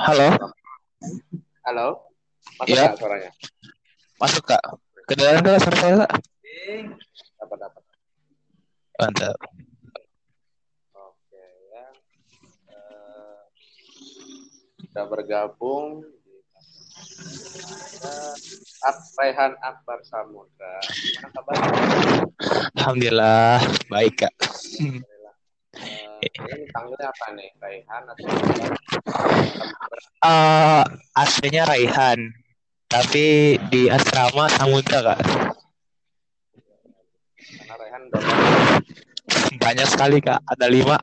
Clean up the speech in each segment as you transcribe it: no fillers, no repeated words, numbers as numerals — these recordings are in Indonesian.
Halo, Halo, masuk ya nggak suaranya? masuk kak. Kedengaran kak suara saya kak? Dapat dapat. Mantap. Oke ya. Eh, Sudah bergabung di ada Raihan Akbar Samudra. Gimana kabarnya? Alhamdulillah baik kak. Alhamdulillah. Ini panggilnya apa nih? Raihan atau Akbar? Samudra. Aslinya Raihan, tapi di asrama Samudra kak. Karena Raihan udah banyak. Banyak sekali kak, ada 5.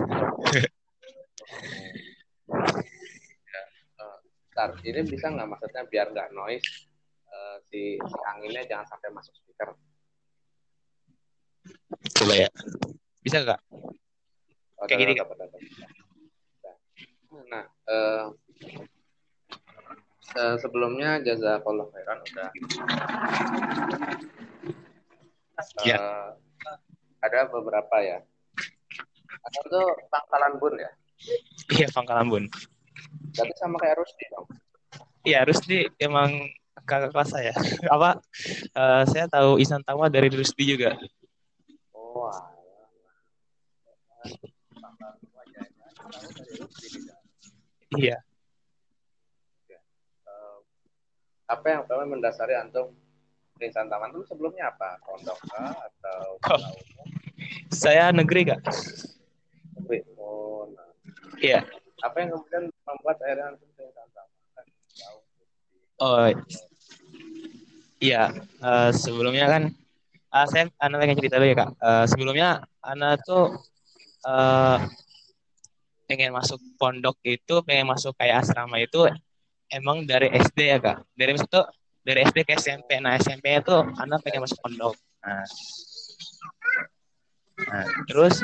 Ntar, ini bisa nggak maksudnya biar nggak noise si anginnya jangan sampai masuk speaker. Coba ya, bisa kak? Oh, Kayak gini kak. dapat dapat. Nah, sebelumnya jazakallah khairan udah Ya, eh, ada beberapa ya. Ada tuh Pangkalan Bun ya. iya Pangkalan Bun. Berarti sama kayak Rusdi dong. Iya Rusdi emang kakak kelas saya. Apa? Saya tahu Isan Tama dari Rusdi juga. Oh, alah. Pangkalan Bun wajahnya tahu dari Rusdi tidak. Iya. Ya. Apa yang pertama mendasari antum Insan Taman itu sebelumnya apa? Pondok kah atau Oh, sekolah umum? saya negeri kak. Negeri. Oh, nah. Iya. Apa yang kemudian membuat akhirnya antum ke Insan Taman? Kan jauh Oh iya. Sebelumnya kan saya Ana pengen cerita dulu ya kak. Sebelumnya Ana tuh eh, pengen masuk pondok itu, pengen masuk kayak asrama itu emang dari SD ya kak. Dari itu dari SD ke SMP. Nah SMP itu Ana pengen masuk pondok. Nah, terus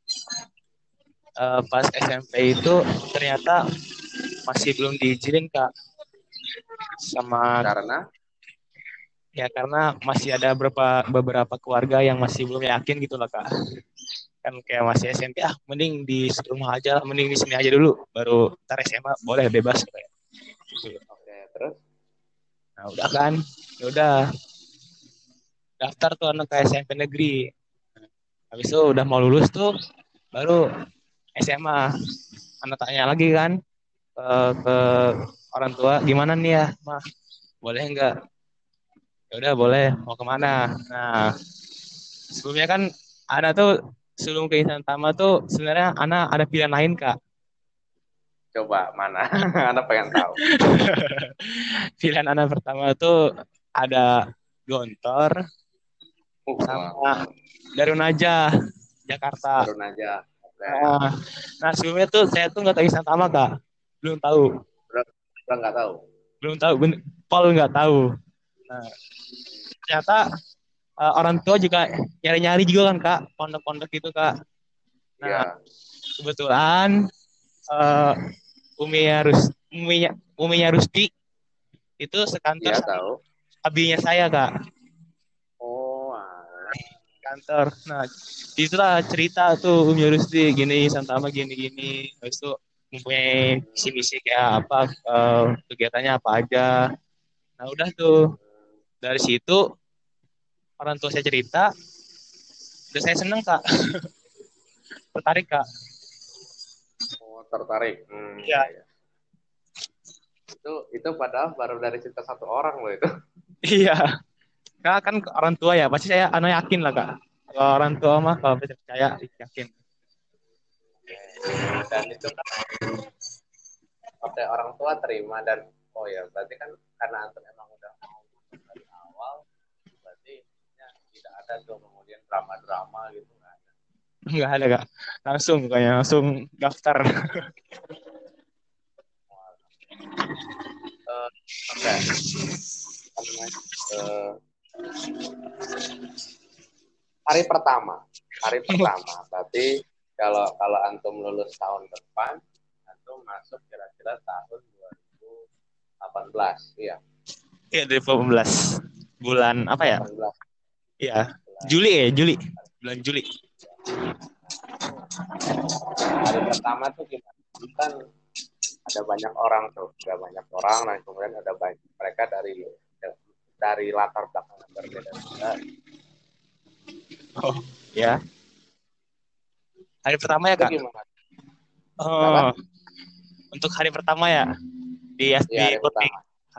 pas SMP itu ternyata masih belum diizinin kak sama karena ya karena masih ada beberapa keluarga yang masih belum yakin gitu lah kak. Kan kayak masih SMP mending di rumah aja, mending di sini aja dulu baru ntar SMA boleh bebas kayak gitu. oke, terus Nah udah kan, ya udah daftar tuh anak ke SMP negeri. Habis itu udah mau lulus tuh baru SMA. Anak tanya lagi kan ke orang tua gimana nih ya mah, boleh nggak? Ya udah boleh, mau kemana? Nah sebelumnya kan ada tuh sebelum ke Insan Tama tuh sebenarnya Ana ada pilihan lain kak. coba mana? Anda pengen tahu. Pilihan Ana pertama tuh ada Gontor Wow. sama Darun Najah Jakarta. Turun aja. Oke. Nah, nah sebelumnya tuh saya tuh nggak tahu Insan Tama kak, belum tahu, Udah nggak tahu. belum tahu, Paul nggak tahu. Nah, ternyata orang tua juga nyari-nyari juga kan kak, pondok-pondok itu kak. Nah, Iya, kebetulan uh, Uminya Rusti itu sekantor iya sama tahu. abinya saya kak, Oh, alah. kantor. Nah, itulah cerita tuh Umi Rusti gini Santama gini-gini. Habis itu mempunyai misi-misi kayak apa, kegiatannya apa aja. Nah, udah tuh dari situ orang tua saya cerita, udah saya seneng kak, tertarik kak. Oh, tertarik. Iya, Iya, iya. Itu padahal baru dari cerita satu orang loh itu. iya. Kak kan orang tua ya, pasti saya anak yakin lah kak. Kalau orang tua mah kalau percaya yakin. Dan itu kan oke orang tua terima dan oh ya berarti kan karena antum emang udah mau dari awal berarti ya, tidak ada tuh kemudian drama-drama gitu nggak ada. Nggak ada kak, langsung kayaknya langsung daftar. Eh, oke. Apa namanya? Eh, hari pertama berarti kalau kalau antum lulus tahun depan antum masuk kira-kira tahun 2018 iya Iya 2018 bulan apa ya? 18 Iya bulan Juli ya Juli, bulan Juli. hari pertama tuh kita kan ada banyak orang tuh, ada banyak orang, dan kemudian ada banyak mereka dari latar belakang yang berbeda juga. Oh, ya. Hari pertama ya, Itu Kak? gimana? Oh, Kenapa? untuk hari pertama ya di Iya, SD hari boarding. pertama.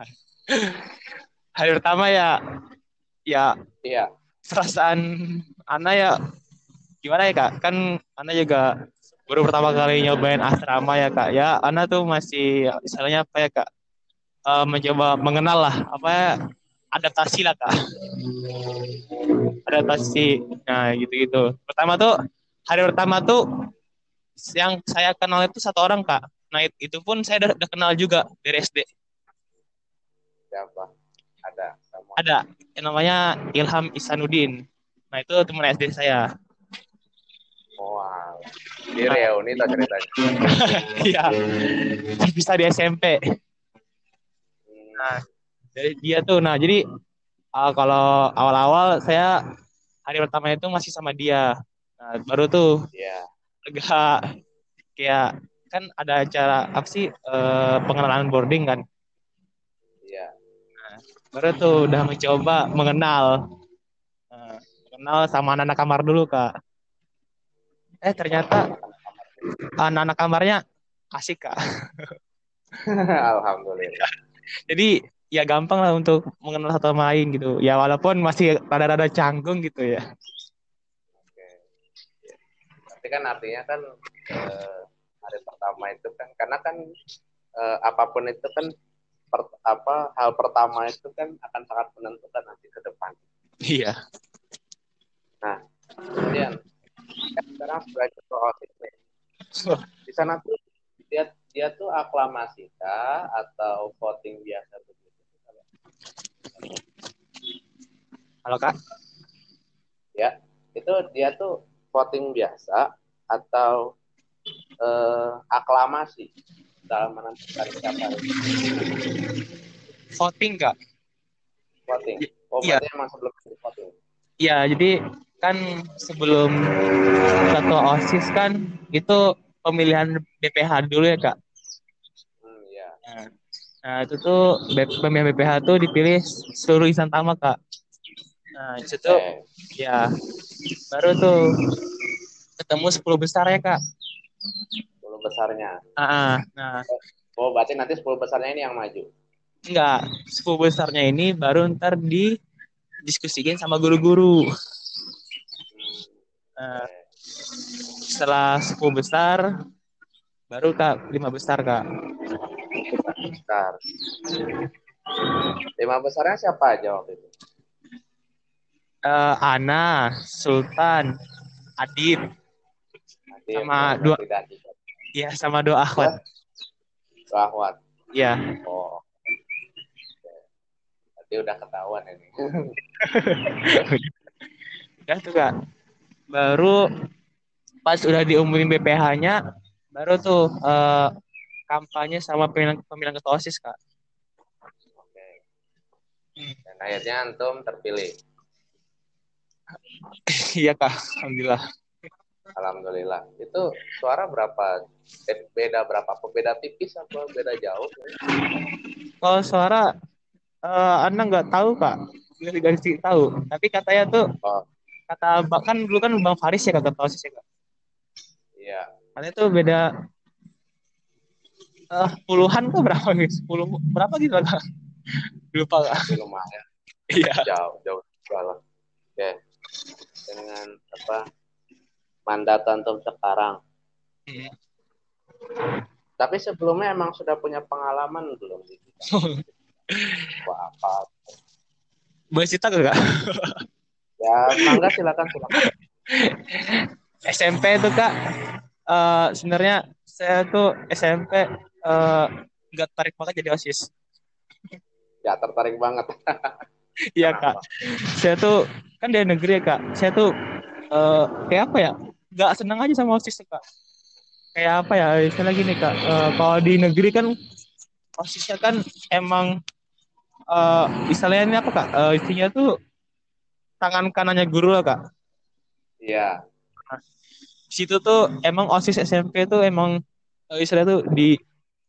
Hari pertama ya, ya Iya, perasaan Ana ya gimana ya, Kak? Kan Ana juga baru pertama kali nyobain asrama ya, Kak. Ya, Ana tuh masih misalnya apa ya, Kak? Mencoba mengenal lah, apa ya, adaptasi lah, Kak. Adaptasi. Nah, gitu-gitu. Pertama tuh hari pertama tuh yang saya kenal itu satu orang, Kak. Nah, itu pun saya udah kenal juga dari SD. siapa? Ada sama. Ada yang namanya Ilham Ihsanuddin. Nah, itu teman SD saya. Oh, alah. Di Nah, reuni tuh ceritanya. iya, bisa di SMP. Nah, Hmm, dari dia tuh. Nah, jadi kalau awal-awal saya hari pertama itu masih sama dia. Nah, baru tuh iya, agak kayak kan ada acara apa sih pengenalan boarding kan. iya. Baru tuh udah mencoba mengenal. Nah, mengenal sama anak-anak kamar dulu, Kak. Oh, Ternyata sama anak kamar dulu. anak-anak kamarnya asik, Kak. Alhamdulillah. Jadi ya gampang lah untuk mengenal satu sama lain gitu. Ya walaupun masih rada-rada canggung gitu ya. Oke. Tapi kan artinya kan eh, hari pertama itu kan karena kan apapun itu kan hal pertama itu kan akan sangat menentukan nanti ke depan. Iya. Nah, kemudian kan sekarang sebagai ketua OSIS nih, di sana tuh dia dia tuh aklamasi kah atau voting biasa begitu? Halo, Kak. Ya, itu dia tuh voting biasa atau aklamasi dalam menentukan siapa yang Voting, Kak. voting. Oh, Iya, berarti emang sebelum itu voting. iya. Jadi kan sebelum ketua OSIS kan itu pemilihan BPH dulu ya, Kak. Ya. Nah, nah, itu tuh pemilihan BPH tuh dipilih seluruh insan tama, Kak. Nah, itu tuh Oke, ya baru tuh ketemu 10 besar ya, Kak. 10 besarnya. Nah, Oh, berarti nanti 10 besarnya ini yang maju. enggak, 10 besarnya ini baru ntar didiskusikin sama guru-guru. Hmm, Nah, oke. setelah 10 besar, baru Kak, 5 besar, Kak. 5 besar. 5 besarnya siapa aja waktu itu? Ana, Sultan, Adit, Adit, oh sama dua, berarti Dadi. ya sama dua akhwat. Dua, Rahwat. Ya, Oh, berarti udah ketahuan ini. udah tuh Kak. Baru pas udah diumumin BPH-nya, baru tuh kampanye sama pemilihan, pemilihan ketua OSIS, Kak. Oke. Hmm. Dan akhirnya antum terpilih. Iya, Kak, alhamdulillah. Alhamdulillah. Itu suara berapa? Beda berapa? Beda tipis apa beda jauh? Kalau suara Anda nggak tahu, Kak, nggak dikasih tahu. Tapi katanya tuh Oh, kan dulu kan Bang Faris ya kata OSIS ya, Kak. iya. Katanya tuh beda puluhan tuh berapa nih? 10 berapa gitu, Kak? Lupa, Kak. Tapi lumayan Iya. jauh, jauh lah. Oke. Dengan apa mandat antum sekarang. Hmm. Tapi sebelumnya emang sudah punya pengalaman belum di bidang apa? Boleh cerita gak, Kak? Ya, mangga silakan silakan. SMP tuh, Kak, sebenarnya saya tuh SMP nggak tarik banget jadi OSIS. Ya tertarik banget. Iya, Kak. Kenapa? Saya tuh kan dari negeri ya, Kak. Saya tuh eh, kayak apa ya? Nggak senang aja sama OSIS tuh, Kak. Kayak apa ya? Misalnya gini, Kak. Kalau di negeri kan OSISnya kan emang istilahnya ini apa, Kak? Isinya tuh tangan kanannya guru lah, Kak. Iya. Nah, di situ tuh emang OSIS SMP tuh emang istilahnya tuh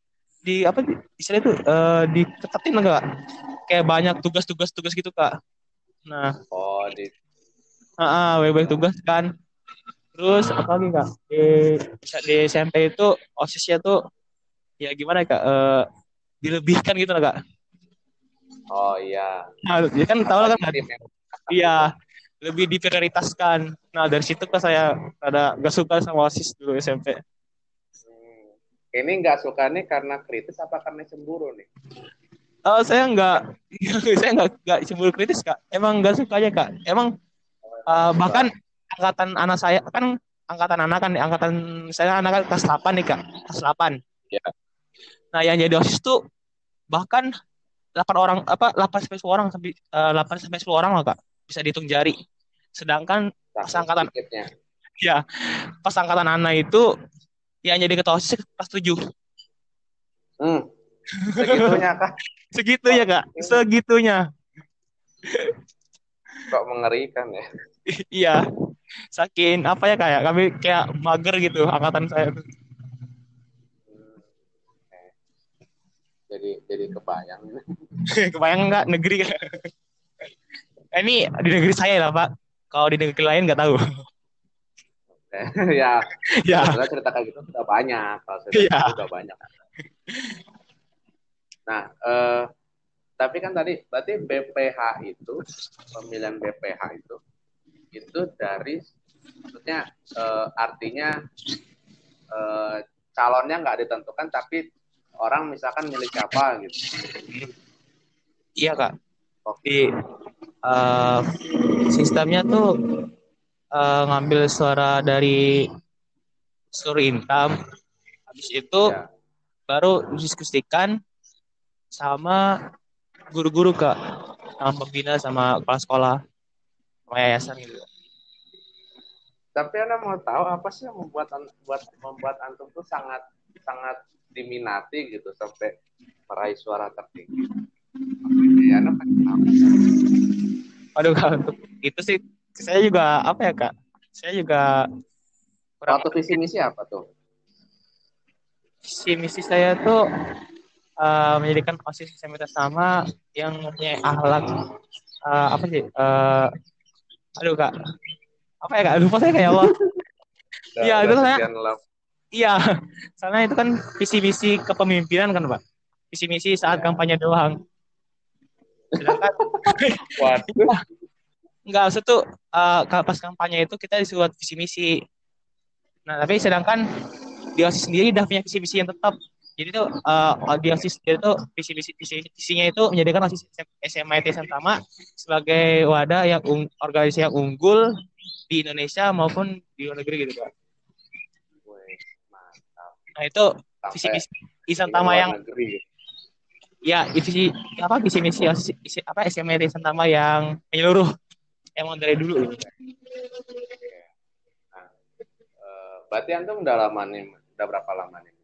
di apa istilahnya tuh diketetin enggak kayak banyak tugas-tugas gitu kak. Nah, Oh, di banyak tugas kan. Terus apa lagi kak di SMP itu osisnya tuh ya gimana ya, kak dilebihkan gitu lah kak. oh iya. Nah, ya kan tahu lah Apalagi kan. tim yang besar Iya, gitu. lebih diprioritaskan. Nah, dari situ kan saya ada gak suka sama OSIS dulu SMP. Hmm. Ini nggak suka nih karena kritis apa karena cemburu nih? Saya nggak, saya nggak cemburu kritis kak. Emang nggak suka aja kak. Emang Oh, emang nggak suka. bahkan angkatan anak saya kan angkatan anak kan, angkatan saya anak kan kelas 8 nih kak, kelas 8. Ya. Nah, yang jadi OSIS tuh bahkan 8 orang apa 8 sampai 10 orang sampai 8 sampai 10 orang lah kak. Bisa dihitung jari. Sedangkan pas Saking angkatan sedikitnya. ya, pas angkatan anak itu yang jadi ketua OSIS kelas 7. Hmm, segitunya kah? Segitunya Kok kak, ini segitunya. kok mengerikan ya? Iya, saking apa ya kayak kami kayak mager gitu angkatan saya tuh. Hmm, eh, jadi kebayang. Kebayang nggak negeri kan? Ini di negeri saya lah pak. Kalau di negeri lain nggak tahu. Ya, Ya, sebetulnya cerita kayak gitu udah banyak. Kalau saya iya, tahu udah banyak. Nah, tapi kan tadi berarti BPH itu pemilihan BPH itu dari maksudnya artinya eh, calonnya nggak ditentukan tapi orang misalkan milih siapa gitu. iya kak. Di Oke. eh, sistemnya tuh ngambil suara dari seluruh income. Habis itu Ya. baru didiskusikan sama guru-guru kak, sama pembina sama kepala sekolah, sama yayasan gitu. Tapi Anda mau tahu apa sih yang membuat antum tuh sangat sangat diminati gitu sampai meraih suara tertinggi. Ya, Anda pengen tahu. Waduh kak, untuk itu sih saya juga apa ya kak? Saya juga kurang Suatu visi misi apa tuh? visi misi saya tuh menjadikan OSIS SMA sama yang mempunyai akhlak apa sih? Aduh kak, apa ya kak? Lupa saya kayak Allah. Iya itu Udah kan saya, sekian lama. iya, karena itu kan visi misi kepemimpinan kan pak. Visi misi saat Ya. kampanye doang. Sedangkan Waduh. enggak maksud tuh pas kampanye itu kita disuruh visi misi. Nah tapi sedangkan di OSIS sendiri udah punya visi misi yang tetap. Jadi tuh di OSIS sendiri tuh visinya itu menjadikan OSIS SMA ITS Tama sebagai wadah yang organisasi yang unggul di Indonesia maupun di luar negeri gitu kan. Wih, mantap. Nah itu visi Sampai misi Isan ingin Tama luar yang negeri. ya visi apa visi misi apa SMA ITS Tama yang menyeluruh emang dari dulu gitu. Oke. Nah, berarti antum udah lama nih, udah berapa lama nih?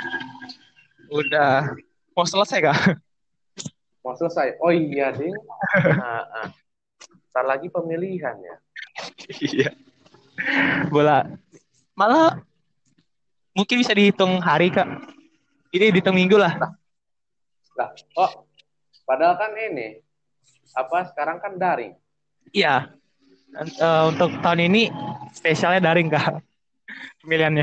Udah mau selesai kak? Mau selesai? Oh iya, ding. Nah, ntar lagi pemilihan ya. Iya. Bola malah mungkin bisa dihitung hari kak. Ini dihitung minggu lah. Lah, oh, padahal kan ini apa sekarang kan daring. Iya. Untuk tahun ini spesialnya daring kak pemilihannya.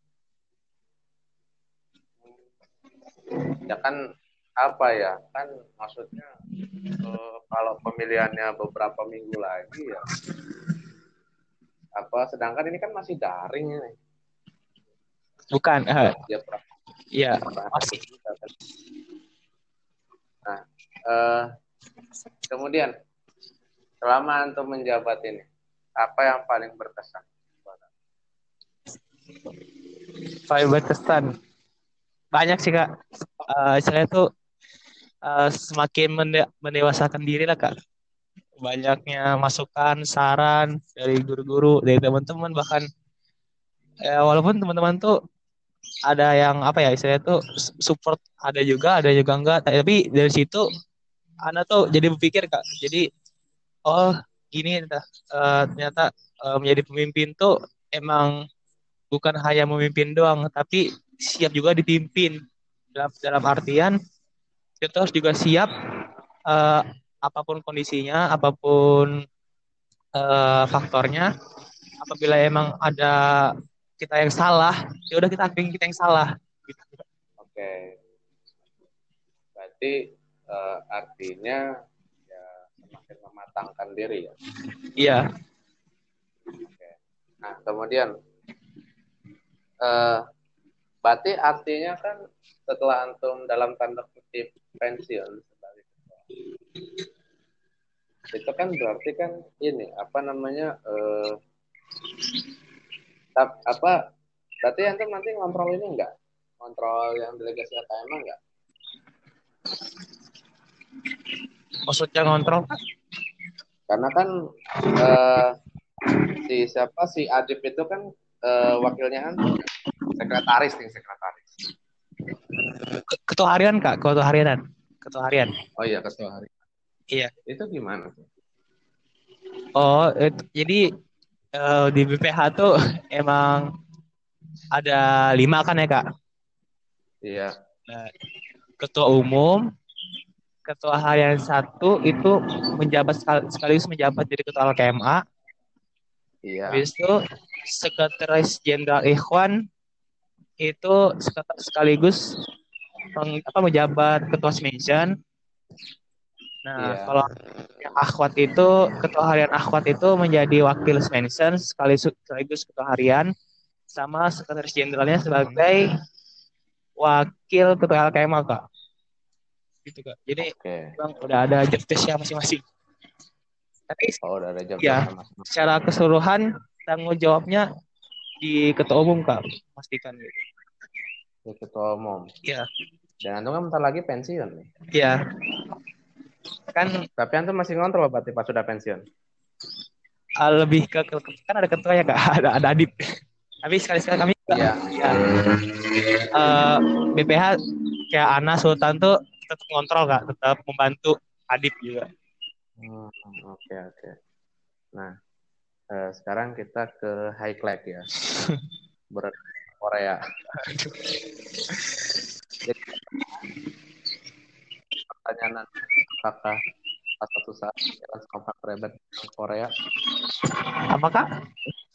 Ya kan apa ya? Kan maksudnya kalau pemilihannya beberapa minggu lagi ya apa sedangkan ini kan masih daring ini. Bukan. Buat dia Iya. perasaan Masih. kita kan. Nah, eh, kemudian selama antum menjabat ini, apa yang paling berkesan? Paling berkesan. Banyak sih kak. Saya tuh semakin mendewasakan diri lah kak. Banyaknya masukan, saran dari guru-guru, dari teman-teman bahkan walaupun teman-teman tuh ada yang apa ya istilahnya tuh support ada juga enggak tapi dari situ Ana tuh jadi berpikir kak jadi oh gini ternyata menjadi pemimpin tuh emang bukan hanya memimpin doang tapi siap juga dipimpin dalam artian kita harus juga siap eh, apapun kondisinya, apapun faktornya. Apabila emang ada kita yang salah, ya udah kita akui kita yang salah. Gitu. Oke, berarti artinya ya semakin mematangkan diri ya. Iya, Oke. Nah, kemudian eh, berarti artinya kan setelah antum dalam tanda kutip pensiun sebagai ketua, itu kan berarti kan ini apa namanya apa berarti antum nanti ngontrol ini enggak? Kontrol yang delegasi AKM enggak? maksudnya ngontrol. Karena kan eh, si Adip itu kan wakilnya antum ya. Sekretaris nih, sekretaris. Ketua harian kak, ketua harian, ketua harian. Oh iya, ketua hari. Iya. Itu gimana tuh? Oh, jadi di BPH tuh emang ada 5 kan ya kak. Iya, Nah, ketua umum, ketua harian satu itu menjabat sekaligus menjabat jadi ketua LKMA. iya, Habis itu sekretaris jenderal Ikhwan itu sekaligus menjabat ketua Semension. Nah, iya. kalau yang akhwat itu ketua harian akhwat itu menjadi wakil Semension sekaligus ketua harian sama sekretaris jenderalnya sebagai wakil ketua LKM kak. Gitu kak. Jadi Oke. bang udah ada job desknya masing-masing. Tapi Oh, udah ada job ya desk masing-masing. secara keseluruhan tanggung jawabnya di ketua umum kak pastikan gitu. Jadi ketua umum. Iya, Dan antum kan bentar lagi pensiun nih. iya kan Tapi antum masih ngontrol berarti pas sudah pensiun. lebih kan ada ketuanya kak, ada adip. Tapi sekali-sekali kami juga Iya. ya, BPH kayak Ana Sultan tuh tetap ngontrol kak, tetap membantu adip juga. Oke, oke. Nah, sekarang kita ke high class ya. Korea. Jadi pertanyaan apakah pas suatu saat jalan sama kerabat Korea, Apakah?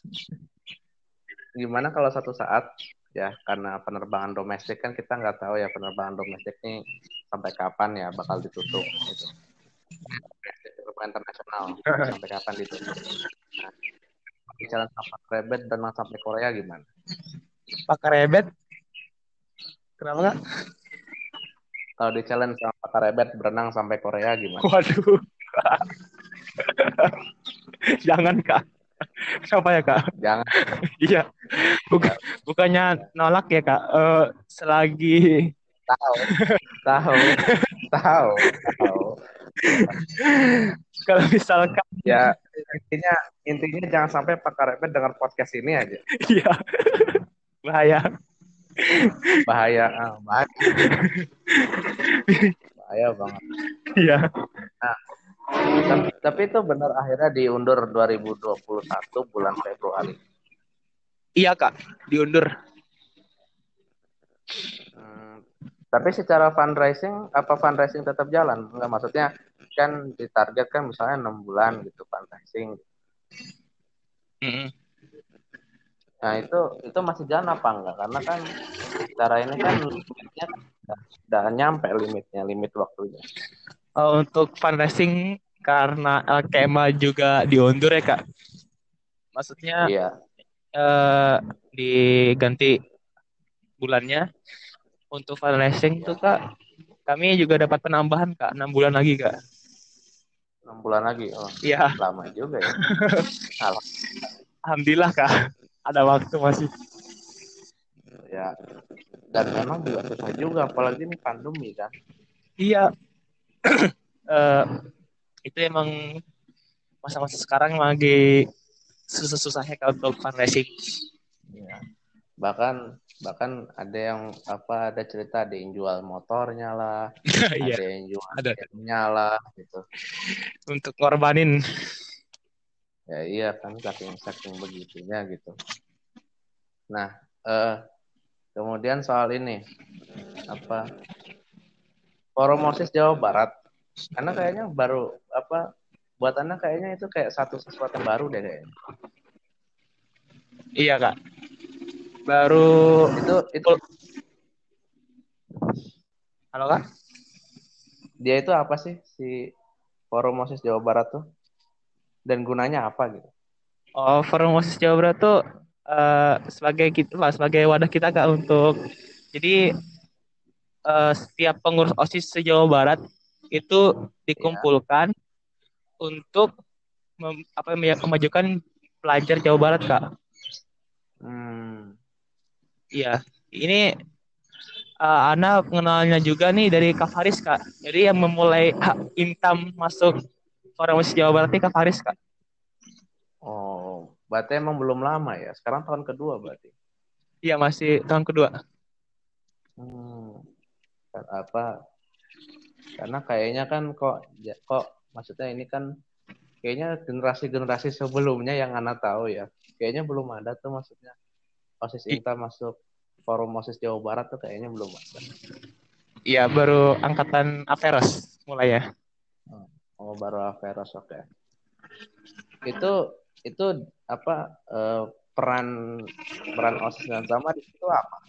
gimana kalau satu saat ya karena penerbangan domestik kan kita nggak tahu ya penerbangan domestik ini sampai kapan ya bakal ditutup gitu. Penerbangan internasional sampai kapan ditutup. Nah, jalan sama kerabat dan sampai Korea gimana? Pakar rebet? Kenapa kak? Kalau di challenge sama Pak Rebet berenang sampai Korea gimana? Waduh, jangan kak. Kenapa ya kak? Jangan. Iya, Ya, bukannya nolak ya kak. Selagi tahu, tahu, tahu, tahu. kalau misalkan Ya intinya intinya jangan sampai Pak Rebet dengar podcast ini aja. iya bahaya. Bahaya, bahaya, bahaya banget. Iya, Nah, tapi itu benar akhirnya diundur 2021 bulan Februari. iya kak, diundur. Hmm, tapi secara fundraising, apa fundraising tetap jalan? Enggak, maksudnya kan ditargetkan misalnya 6 bulan gitu fundraising. Mm-mm. Nah itu masih jalan apa enggak? Karena kan cara ini kan limitnya kan udah nyampe limit waktunya. Untuk fundraising karena LKMA juga diundur ya kak. Maksudnya Iya, diganti bulannya. Untuk fundraising tuh iya. kak, kami juga dapat penambahan kak, 6 bulan lagi kak. 6 bulan lagi. Oh, Iya, lama juga ya. Salah alhamdulillah kak, ada waktu masih. ya. Dan memang juga susah juga apalagi ini pandemi kan. Iya, eh, itu emang masa-masa sekarang lagi susah-susahnya kak untuk fundraising. Iya. Bahkan ada yang ada cerita ada yang jual motornya lah, Iya, ada yang jual ada gamenya lah gitu. untuk ngorbanin. Ya iya kan saking saking begitunya gitu. Nah, kemudian soal ini apa Forum OSIS Jawa Barat. Karena kayaknya baru apa buat anak kayaknya itu kayak sesuatu yang baru deh kayaknya. Iya Kak. Baru. Itu Halo Kak. dia itu apa sih si Forum OSIS Jawa Barat tuh dan gunanya apa gitu? Oh, Forum OSIS Jawa Barat tuh sebagai kita lah, sebagai wadah kita Kak untuk jadi setiap pengurus OSIS se-Jawa Barat itu Ya. dikumpulkan untuk memajukan pelajar Jawa Barat Kak. Hmm. Iya, ini Ana mengenalnya juga nih dari Kak Faris Kak. Jadi yang memulai Intam masuk Forum OSIS Jawa Barat ini Kak Faris Kak. Oh, berarti emang belum lama ya. Sekarang tahun kedua berarti. Iya masih tahun kedua. Hmm. Apa? Karena kayaknya kan kok maksudnya ini kan kayaknya generasi-generasi sebelumnya yang anak tahu ya. Kayaknya belum ada tuh maksudnya OSIS I- Inta masuk Forum OSIS Jawa Barat tuh kayaknya belum ada. Iya baru angkatan Averos mulai ya. Oh, baru Averos oke. Itu itu apa peran peran OSIS dan sama di situ apa?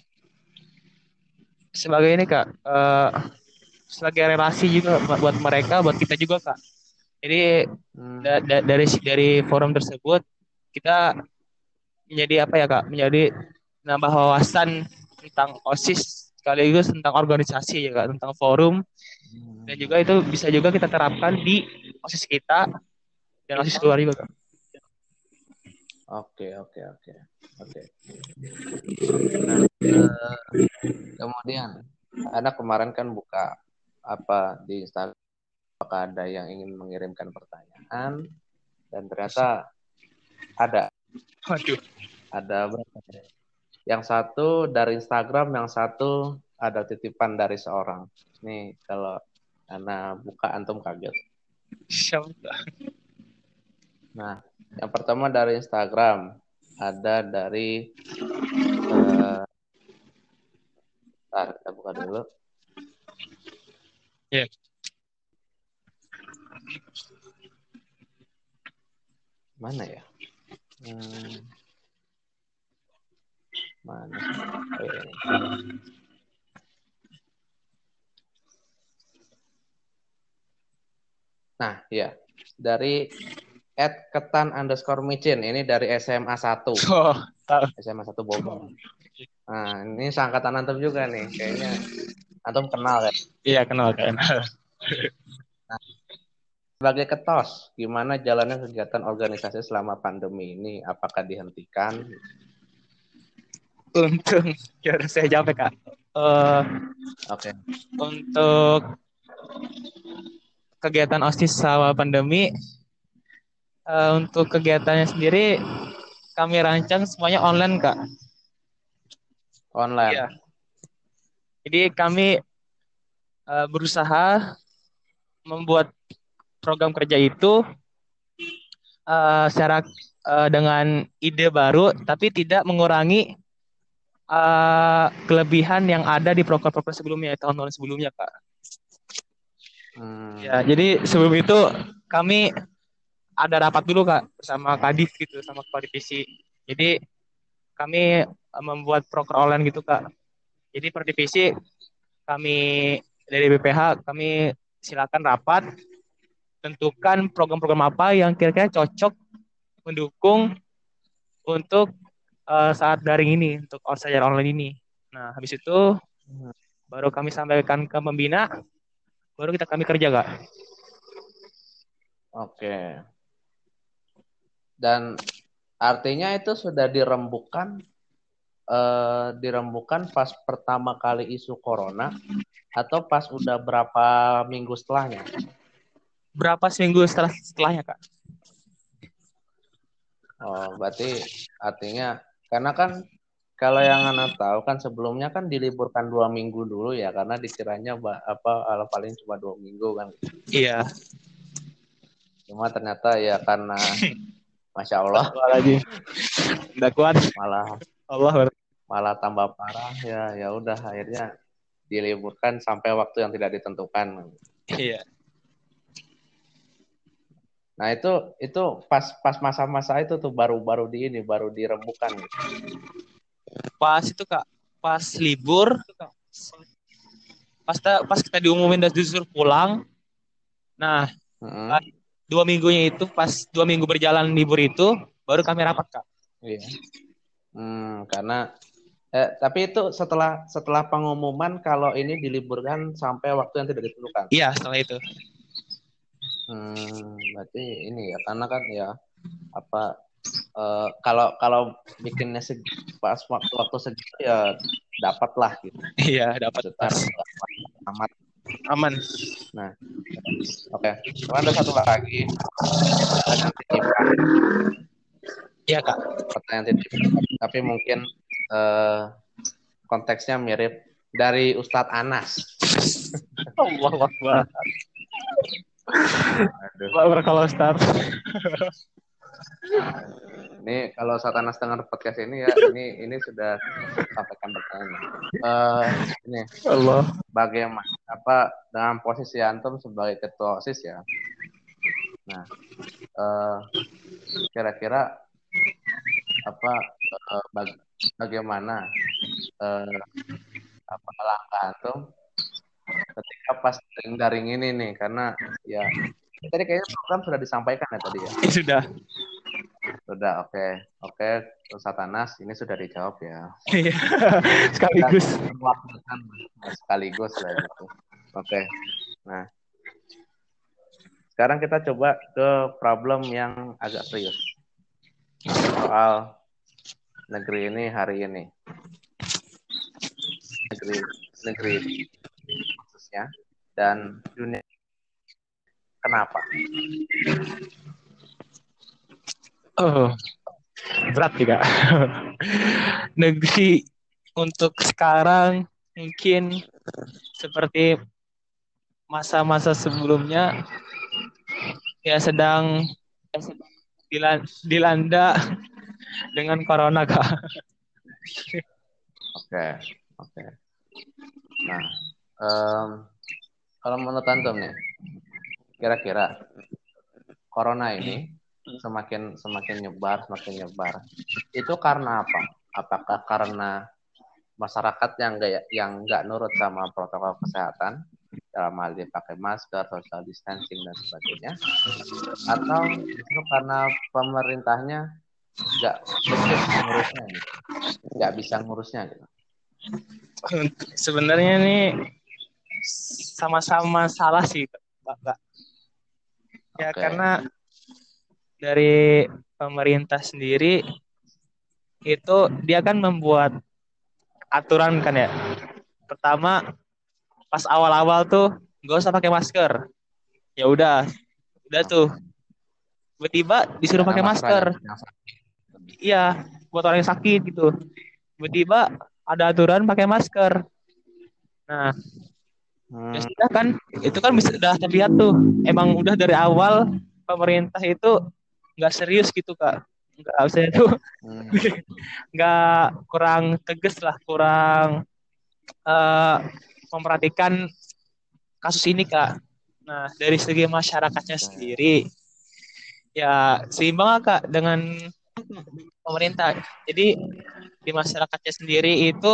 Sebagai ini Kak, sebagai relasi juga buat mereka, buat kita juga Kak. Jadi Hmm. dari forum tersebut kita menjadi apa ya Kak? Menjadi nambah wawasan tentang OSIS sekaligus tentang organisasi ya Kak, tentang forum dan Hmm. juga itu bisa juga kita terapkan di OSIS kita dan OSIS luar juga Kak. Oke, oke, oke. Oke. Nah, kemudian ada kemarin kan buka apa di Instagram apakah ada yang ingin mengirimkan pertanyaan dan ternyata ada Waduh. ada berapa ya? Yang satu dari Instagram, yang satu ada titipan dari seorang. Nih kalau Ana buka antum kaget. Siapa? Nah, yang pertama dari Instagram ada dari eh, bentar, kita buka dulu. Ya. Mana ya? Mana sih? Oh ya ini. Nah, ya. Dari @ketan_micin. Ini dari SMA 1. Oh, tahu. SMA 1 Bogor. Nah, ini seangkatan antum juga nih. Kayaknya antum kenal ya. Iya kenal kenal. Nah, sebagai ketos, gimana jalannya kegiatan organisasi selama pandemi ini? Apakah dihentikan? Untung ya udah saya jawab ya Kak. Eh, Oke. untuk kegiatan OSIS selama pandemi, untuk kegiatannya sendiri kami rancang semuanya online Kak. Iya. Online. Jadi kami berusaha membuat program kerja itu secara dengan ide baru, tapi tidak mengurangi kelebihan yang ada di program-program sebelumnya, tahun-tahun sebelumnya, Kak. Ya, Hmm. jadi sebelum itu kami ada rapat dulu, Kak, bersama Kadif gitu, sama kepala divisi. Jadi kami membuat proker online gitu, Kak. Jadi per divisi kami dari BPH kami silakan rapat, tentukan program-program apa yang kira-kira cocok mendukung untuk saat daring ini, untuk secara online ini. Nah, habis itu baru kami sampaikan ke pembina, baru kami kerja, Kak. Oke. Dan artinya itu sudah dirembukan pas pertama kali isu corona atau pas udah berapa minggu setelahnya? Berapa seminggu setelahnya, Kak? Oh, berarti artinya karena kan kalau yang anak tahu kan sebelumnya kan diliburkan 2 minggu dulu ya karena dikiranya paling cuma 2 minggu kan. Iya. Cuma ternyata ya karena Masya Allah Lagi. Udah kuat. malah Allah. malah tambah parah ya udah akhirnya diliburkan sampai waktu yang tidak ditentukan. Iya. Nah itu pas masa-masa itu tuh baru dirembukan gitu. Pas itu Kak, pas libur, pas kita diumumin dan disuruh pulang. Nah, pas Mm-mm. 2 minggunya itu, pas 2 minggu berjalan libur itu, baru kami rapat Kak. Iya. Karena tapi itu setelah pengumuman kalau ini diliburkan sampai waktu yang tidak ditentukan. Iya, setelah itu. Berarti ini ya karena kan ya apa kalau bikinnya pas waktu segitu ya dapatlah gitu. Iya, dapat Sekitar pas. amat. Aman. Nah, oke. Cuman ada satu lagi pertanyaan titipan. Iya Kak. Pertanyaan titipan. Tapi mungkin konteksnya mirip dari Ustadz Anas. Allah Akbar. Aduh. Kalau start. Ini kalau Ustadz Anas dengar podcast ini ya, ini sudah sampaikan pertanyaan. Ini Allah. bagaimana dengan posisi antum sebagai ketua OSIS ya. Nah, kira-kira bagaimana langkah antum ketika pas daring ini nih, karena ya tadi kayaknya program sudah disampaikan ya tadi ya. Sudah. Oke, Ustadz Anas ini sudah dijawab ya. Iya. Sekaligus lah gitu. Oke. Nah, sekarang kita coba ke problem yang agak serius. Soal negeri ini hari ini. Negeri khususnya dan dunia. Kenapa? Oh, berat tidak. Negeri untuk sekarang mungkin seperti masa-masa sebelumnya ya sedang dilanda dengan corona Kak. Oke. Nah, kalau menurut antum nih, kira-kira corona ini semakin nyebar. Itu karena apa? Apakah karena masyarakat yang nggak nurut sama protokol kesehatan dalam hal dia pakai masker, social distancing dan sebagainya, atau justru karena pemerintahnya nggak ngurusnya gitu, nggak bisa ngurusnya gitu? Sebenarnya nih sama-sama salah sih Pak. Ya karena dari pemerintah sendiri itu dia kan membuat aturan kan ya. Pertama pas awal-awal tuh nggak usah pakai masker. Ya udah tuh. Tiba-tiba disuruh pakai masker. Iya, buat orang yang sakit gitu. Tiba-tiba ada aturan pakai masker. Nah, ya sudah kan, itu kan bisa udah terlihat tuh. Emang udah dari awal pemerintah itu nggak serius gitu Kak. Nggak usah itu, nggak kurang tegas lah, kurang memperhatikan kasus ini Kak. Nah, dari segi masyarakatnya sendiri, ya seimbang Kak dengan pemerintah. Jadi di masyarakatnya sendiri itu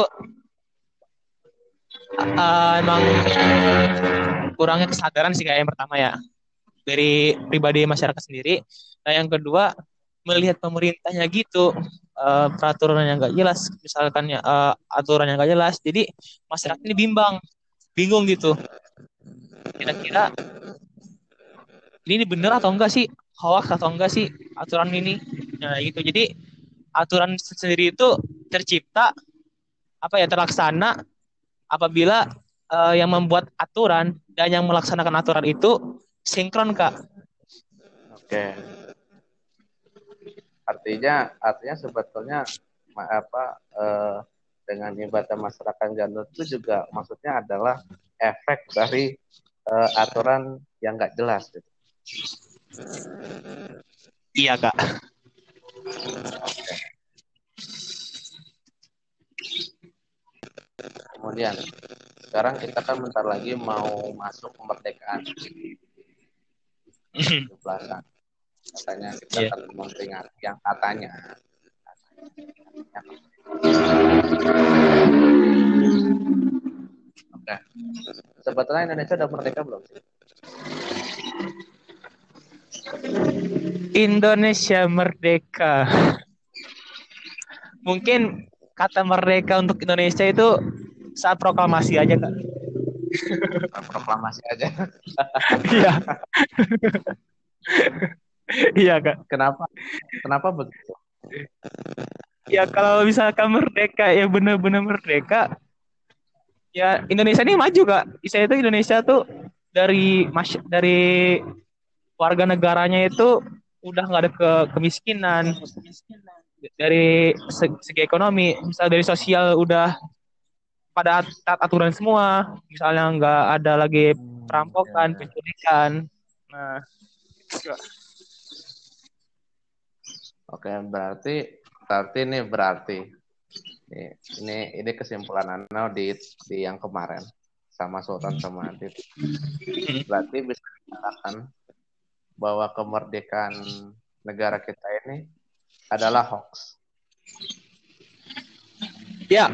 emang kurangnya kesadaran sih kayak yang pertama ya dari pribadi masyarakat sendiri. Nah yang kedua melihat pemerintahnya gitu peraturan yang nggak jelas, misalkan ya aturan yang nggak jelas, jadi masyarakat ini bingung gitu. Kira-kira ini bener atau enggak sih, hoax atau enggak sih aturan ini? Nah gitu. Jadi aturan sendiri itu tercipta terlaksana apabila yang membuat aturan dan yang melaksanakan aturan itu sinkron Kak. Oke. Artinya sebetulnya dengan ibadah masyarakat Gandut itu juga maksudnya adalah efek dari aturan yang nggak jelas gitu. Iya Kak. Kemudian sekarang kita kan bentar lagi mau masuk kemerdekaan 17-an. Katanya kita Iya. akan memperingati yang katanya. Oke. Sebetulnya Indonesia udah merdeka belum sih? Indonesia merdeka. Mungkin kata merdeka untuk Indonesia itu saat proklamasi aja Kak. Proklamasi aja. Iya. Iya Kak. Kenapa? Kenapa begitu? Ya kalau misalkan merdeka ya benar-benar merdeka, ya Indonesia ini maju Kak. Saya itu Indonesia tuh dari warga negaranya itu udah nggak ada kemiskinan dari segi ekonomi, misal dari sosial udah pada taat aturan semua, misalnya nggak ada lagi perampokan, Ya. penculikan. Nah, Oke, berarti ini kesimpulan Anda di yang kemarin sama Sultan sama Adit. Berarti bisa dikatakan bahwa kemerdekaan negara kita ini adalah hoax. ya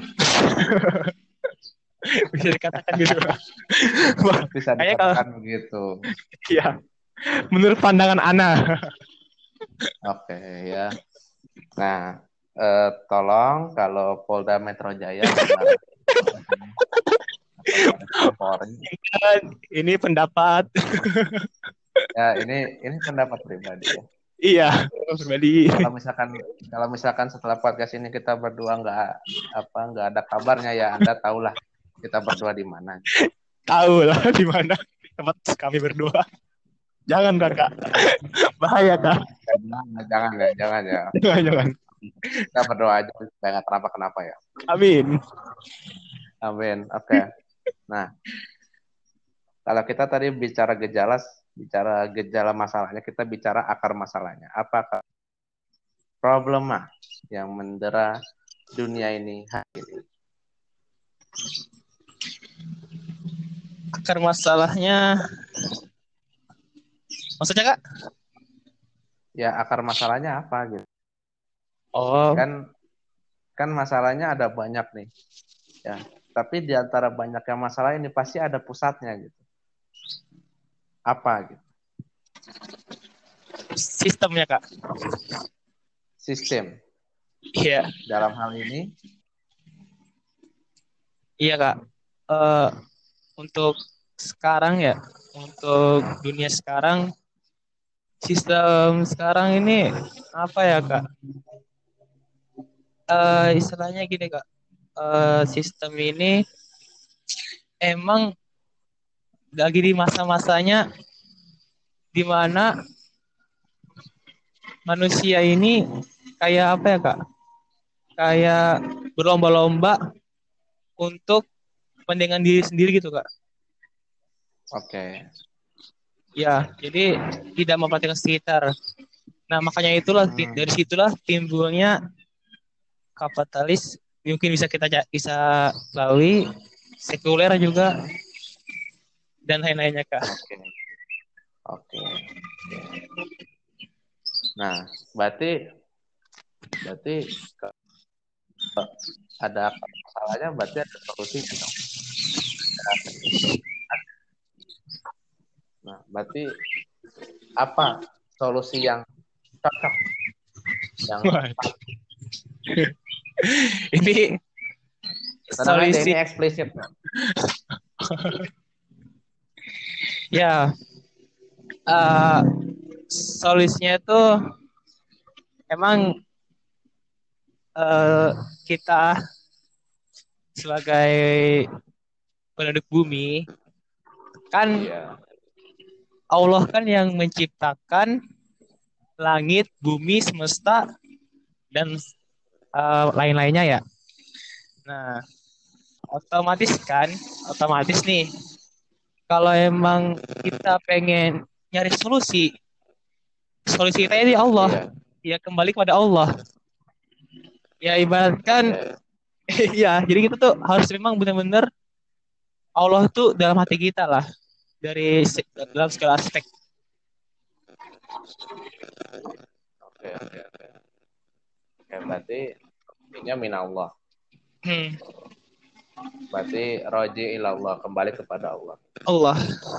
bisa dikatakan gitu. Wah, Bisa kayaknya kalau dikatakan begitu. ya menurut pandangan Ana. Oke ya. Nah, tolong kalau Polda Metro Jaya Ini pendapat. ya ini pendapat pribadi ya. Iya, pribadi. Kalau misalkan setelah podcast ini kita berdua nggak ada kabarnya ya Anda tahulah kita berdua di mana. Tahu lah di mana tempat kami berdua. Jangan Kakak. Bahaya Kak. Jangan ya. Jangan. Kita berdoa aja supaya nggak kenapa-kenapa ya. Amin. Amin. Oke. Nah, kalau kita tadi bicara gejala masalahnya, kita bicara akar masalahnya. Apakah problema yang mendera dunia ini hari ini? Akar masalahnya, maksudnya Kak? Ya, akar masalahnya apa gitu? Oh, Kan masalahnya ada banyak nih. Ya, tapi di antara banyaknya masalah ini pasti ada pusatnya gitu. Apa gitu? sistemnya Kak. Sistem. Iya, Dalam hal ini, iya Kak. Untuk sekarang ya, untuk dunia sekarang, sistem sekarang ini apa ya Kak? Istilahnya gini Kak. Sistem ini emang lagi di masa-masanya di mana manusia ini kayak apa ya Kak? Kayak berlomba-lomba untuk kepentingan diri sendiri gitu Kak. oke. Ya, jadi tidak memperhatikan sekitar. Nah, makanya itulah dari situlah timbulnya kapitalis, mungkin bisa lalui sekuler juga dan lain-lainnya Kak. Oke. Nah, berarti ada masalahnya, berarti ada solusinya dong. Nah, berarti apa solusi yang cocok yang ini solusi ini eksplisit. Ya, solusinya itu emang kita sebagai penduduk bumi kan Allah kan yang menciptakan langit, bumi, semesta dan lain-lainnya ya. Nah, otomatis nih kalau emang kita pengen nyari solusi kita ini Allah. Ya kembali kepada Allah. Ya ibaratkan ya jadi kita tuh harus memang benar-benar Allah tuh dalam hati kita lah dalam segala aspek. Oke, oke, oke. Oke, berarti ini minallah. Hmm, Berarti roji ilallah, kembali kepada Allah. Allah.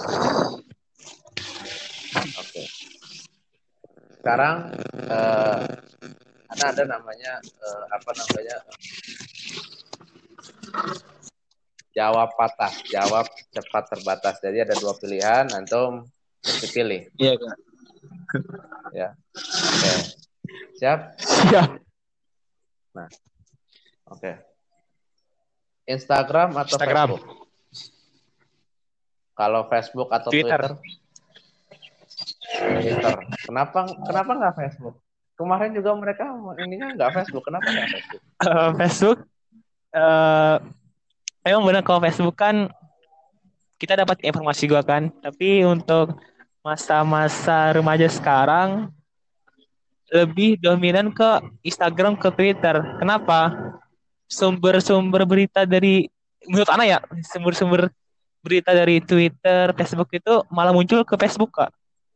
Oke. Sekarang ada namanya apa namanya jawab patah, jawab cepat terbatas. Jadi ada 2 pilihan, antum mesti pilih. Iya Kak. Ya. Oke. Siap? Siap. Nah, oke. Instagram atau Instagram. Facebook? Kalau Facebook atau Twitter. Twitter. Kenapa nggak Facebook? Kemarin juga mereka ininya nggak Facebook. Kenapa nggak Facebook? Facebook. Emang benar kalau Facebook kan kita dapat informasi gua kan. Tapi untuk masa-masa remaja sekarang lebih dominan ke Instagram ke Twitter. Kenapa? Sumber-sumber berita dari menurut Ana ya, sumber-sumber berita dari Twitter, Facebook itu malah muncul ke Facebook, Kak.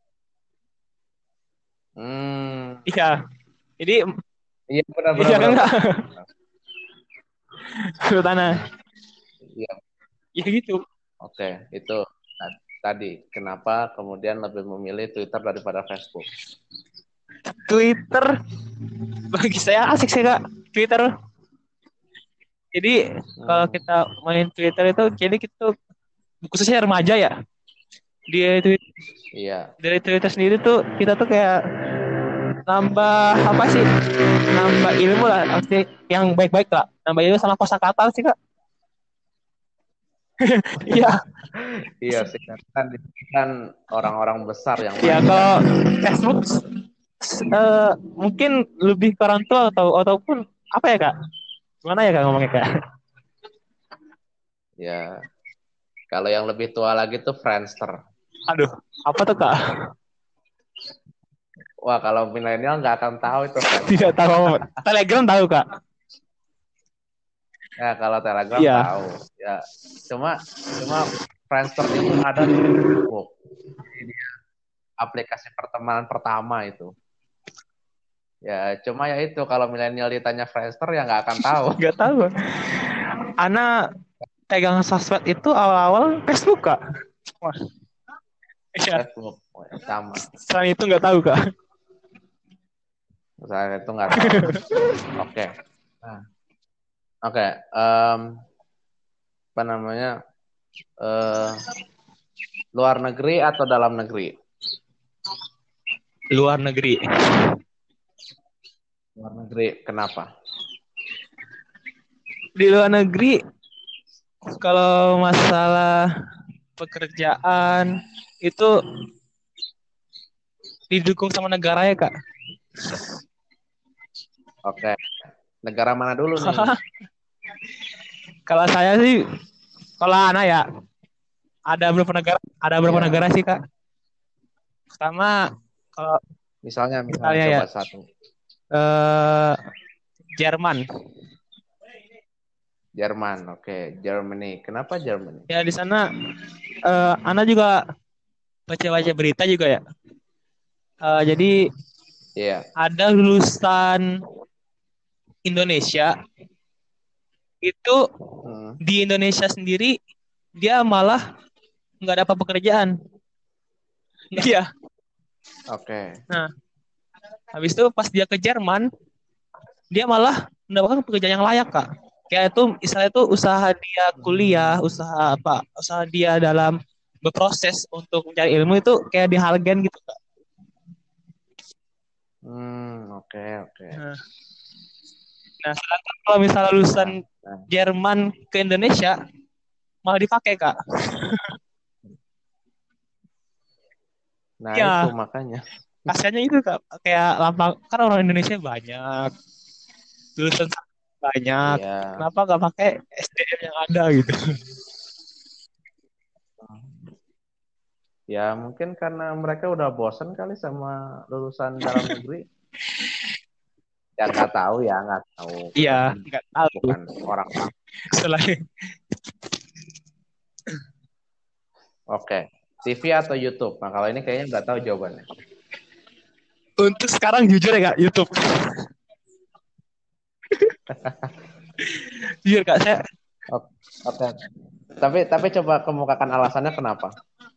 Iya. Jadi iya benar iya kan Kak? benar. Menurut Ana. Iya. Ya gitu. Oke, itu tadi kenapa kemudian lebih memilih Twitter daripada Facebook? Twitter bagi saya asik sih Kak. Twitter. Jadi kalau kita main Twitter itu jadi kita khususnya remaja ya. Dia itu Iya. dari Twitter sendiri tuh kita tuh kayak nambah apa sih? Nambah ilmu lah, arti yang baik-baik lah. Nambah ilmu sama kosakata sih Kak. Iya. Iya sih kan orang-orang besar yang Ya kalau Facebook mungkin lebih ke orang tua ataupun apa ya Kak? Gimana ya Kak ngomongnya Kak? Ya, kalau yang lebih tua lagi tuh Friendster. Aduh, apa tuh Kak? Wah, kalau milenial nggak akan tahu itu. Tidak tahu. Telegram tahu Kak? Ya, kalau Telegram Iya. tahu. Ya, cuma Friendster itu ada di Facebook. Jadi dia aplikasi pertemanan pertama itu. Ya, cuma ya itu kalau milenial ditanya Friendster ya nggak akan tahu. Nggak tahu. Ana pegang sosmed itu awal-awal Facebook Kak. Wah. Ya. Facebook sama. Selain itu nggak tahu Kak. Saya itu nggak tahu. Oke. Nah. Oke. Apa namanya? Luar negeri atau dalam negeri? Luar negeri. Luar negeri. Kenapa? Di luar negeri kalau masalah pekerjaan itu didukung sama negara ya Kak. Oke. Negara mana dulu nih? Kalau saya sih, kalau Ana ya ada berapa negara sih Kak? Pertama kalau Misalnya coba ya. Satu. Jerman, oke. Germany. Kenapa Germany? Ya di sana Ana juga baca-baca berita juga ya. Jadi ada lulusan Indonesia itu di Indonesia sendiri dia malah nggak dapat pekerjaan. Iya. Oke. Nah, habis itu pas dia ke Jerman, dia malah mendapatkan pekerjaan yang layak Kak. Kayak itu istilahnya itu usaha dia kuliah, usaha dia dalam berproses untuk mencari ilmu itu kayak dihargain gitu Kak. Oke. Nah, sedangkan kalau misalnya lulusan Jerman ke Indonesia malah dipakai Kak. Nah ya, itu makanya. Kasiannya itu Kak, kayak lampang kan orang Indonesia banyak, lulusan banyak, kenapa nggak pakai SDM yang ada gitu? Ya mungkin karena mereka udah bosan kali sama lulusan dalam negeri. Ya nggak tahu. Iya, nggak tahu. Bukan orang. Selain Oke. TV atau YouTube? Nah, kalau ini kayaknya nggak tahu jawabannya. Untuk sekarang jujur ya Kak, YouTube. Jujur Kak, saya Oke. Tapi coba kemukakan alasannya kenapa?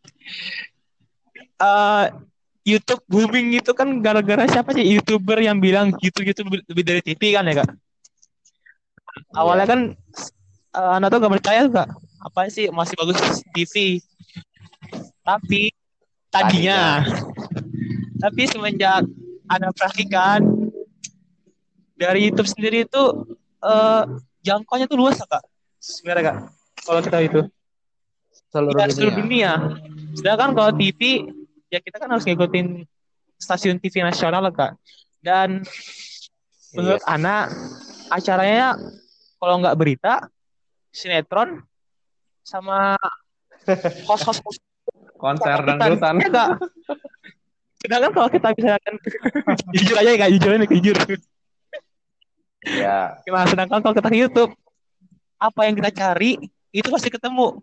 eh, YouTube booming itu kan gara-gara siapa sih YouTuber yang bilang YouTube lebih dari TV kan ya Kak? Awalnya Iya, kan anak tuh gak percaya tuh Kak. Apa sih masih bagus TV. Tapi tadinya, tadinya. tapi semenjak Anda perhatikan dari YouTube sendiri itu eh, jangkauannya tuh luas Kak. Sebenarnya Kak. Kalau kita itu Seluruh ya seluruh dunia. dunia. Sedangkan kalau TV ya kita kan harus ngikutin stasiun TV nasional lah, Kak. Dan Iya. menurut Ana acaranya kalau nggak berita, sinetron sama host-host Konser kesakitan. dangdutan. Ya enggak. Sedangkan kalau kita misalkan jujur aja ya, jujur aja jujur. Iya. Nah, sedangkan kalau kita ke YouTube, apa yang kita cari itu pasti ketemu.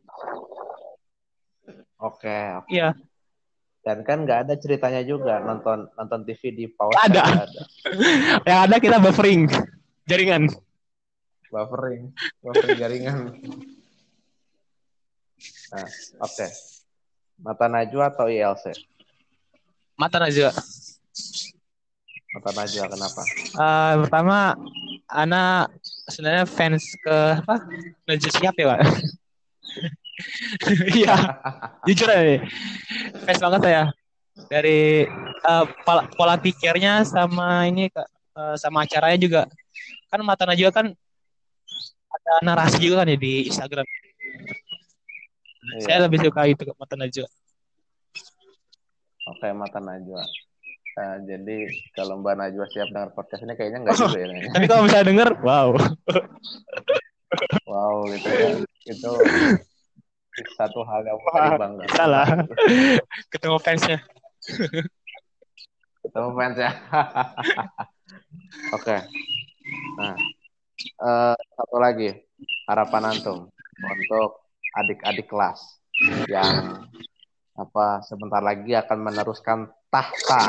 Oke, oke. Iya, Dan kan nggak ada ceritanya juga nonton nonton TV di pause kan ada. nggak ada. Yang ada kita buffering jaringan. Buffering, buffering jaringan. Nah, oke. Mata Najwa atau ILC? Mata Najwa. Mata Najwa kenapa? Pertama, Ana sebenarnya fans ke apa? Najwa siapa ya, Pak? Iya, jujur aja nih. Fans banget saya. Dari pola pikirnya sama ini Kak, sama acaranya juga. Kan Mata Najwa kan ada narasi juga kan ya di Instagram. Saya Iya. lebih suka itu Kak, Mata Najwa. Oke, Mata Najwa. Jadi kalau Mbak Najwa siap dengar podcast ini kayaknya nggak juga ya. Tapi kalau misalnya denger, wow. Wow, gitu ya. Itu satu hal yang bisa dibanggakan. Salah. Ketemu fansnya. Ketemu fans ya. Oke. Nah, satu lagi harapan antum untuk adik-adik kelas yang sebentar lagi akan meneruskan tahta.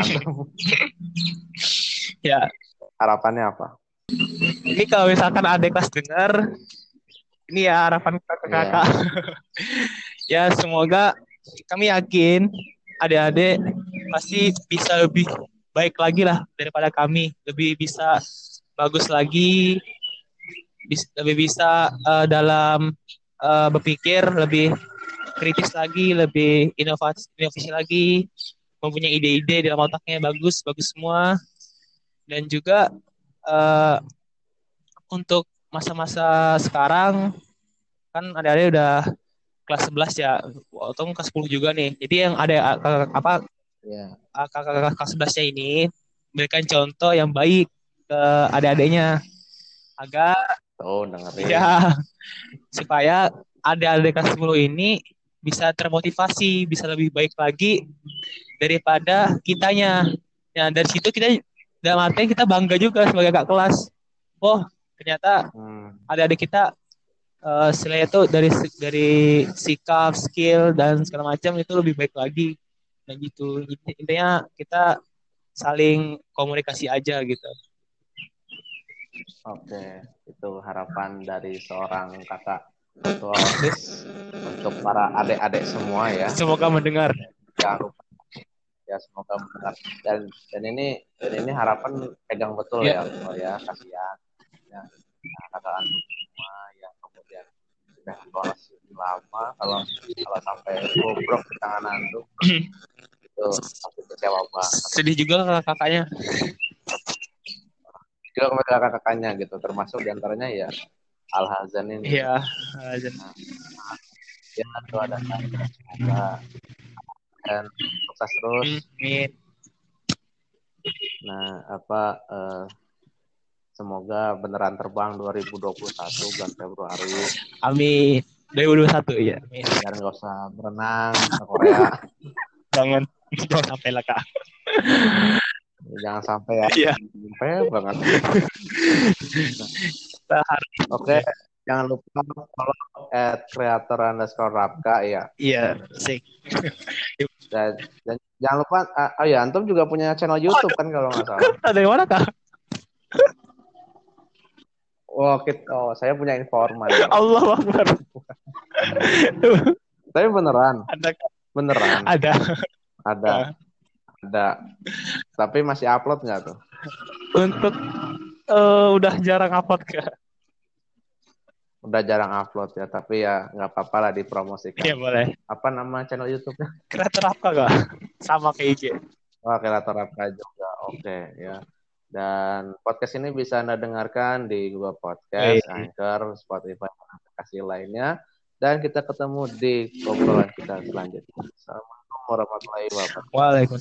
Ya, Harapannya apa? ini kalau misalkan ada kelas dengar, ini ya harapan kita ke Iya. kakak. Ya, semoga kami yakin adik-adik pasti bisa lebih baik lagi lah daripada kami. Lebih bisa bagus lagi, lebih bisa dalam berpikir, lebih kritis lagi, lebih inovasi lagi, mempunyai ide-ide dalam otaknya bagus, bagus semua. Dan juga uh, untuk masa-masa sekarang kan adik-adik udah kelas 11 ya, atau kelas 10 juga nih. Jadi yang ada apa Iya. kakak-kakak kelas 11-nya ini berikan contoh yang baik ke adik-adiknya agar Tuh dengerin. ya supaya adik-adik kelas 10 ini bisa termotivasi, bisa lebih baik lagi daripada kitanya. Ya, dari situ kita dalam artian kita bangga juga sebagai kakak kelas. Oh, ternyata adik-adik kita selain itu dari sikap, skill dan segala macam itu lebih baik lagi. Dan gitu. Intinya kita saling komunikasi aja gitu. Oke, itu harapan dari seorang kakak ketua OSIS untuk para adik-adik semua ya. Semoga mendengar. Jangan lupa ya, semoga mendengar. Dan ini harapan pegang betul ya, oh ya, kasihan ya kakak antum semua yang kemudian sudah kelas lama, kalau sampai bobrok di tangan antum itu pasti kecewa banget. Sedih juga kakaknya. Juga kepada kakak-kakaknya gitu, termasuk diantaranya ya Al Hazan ini. Iya. Ya itu ada semoga dan sukses terus. Nah semoga beneran terbang 2021 bulan Februari. Amin. 2021 ya. Biar nggak usah berenang ke Korea. Jangan sampai lah Kak. Jangan sampai ya. Iya. Sampai banget. Oke. Jangan lupa follow @creator_rapka ya. Iya, sih. Dan jangan lupa, oh ya, Antum juga punya channel YouTube kan kalau nggak salah. Ada yang mana kak? Saya punya informan nih. Allah Akbar. Tapi beneran, Ada Kak? beneran Ada. ada. Tapi masih upload nggak tuh? Untuk udah jarang upload kak. Udah jarang upload ya, tapi ya nggak apa-apa lah dipromosikan. Iya boleh. Apa nama channel YouTube-nya? Kreator apa kak? Sama kayak IG. Wah, Creator Rapka juga. Oke ya. Dan podcast ini bisa Anda dengarkan di Google Podcast, Wih. Anchor, Spotify, dan aplikasi lainnya. Dan kita ketemu di obrolan kita selanjutnya. Assalamualaikum warahmatullahi wabarakatuh. Waalaikumsalam.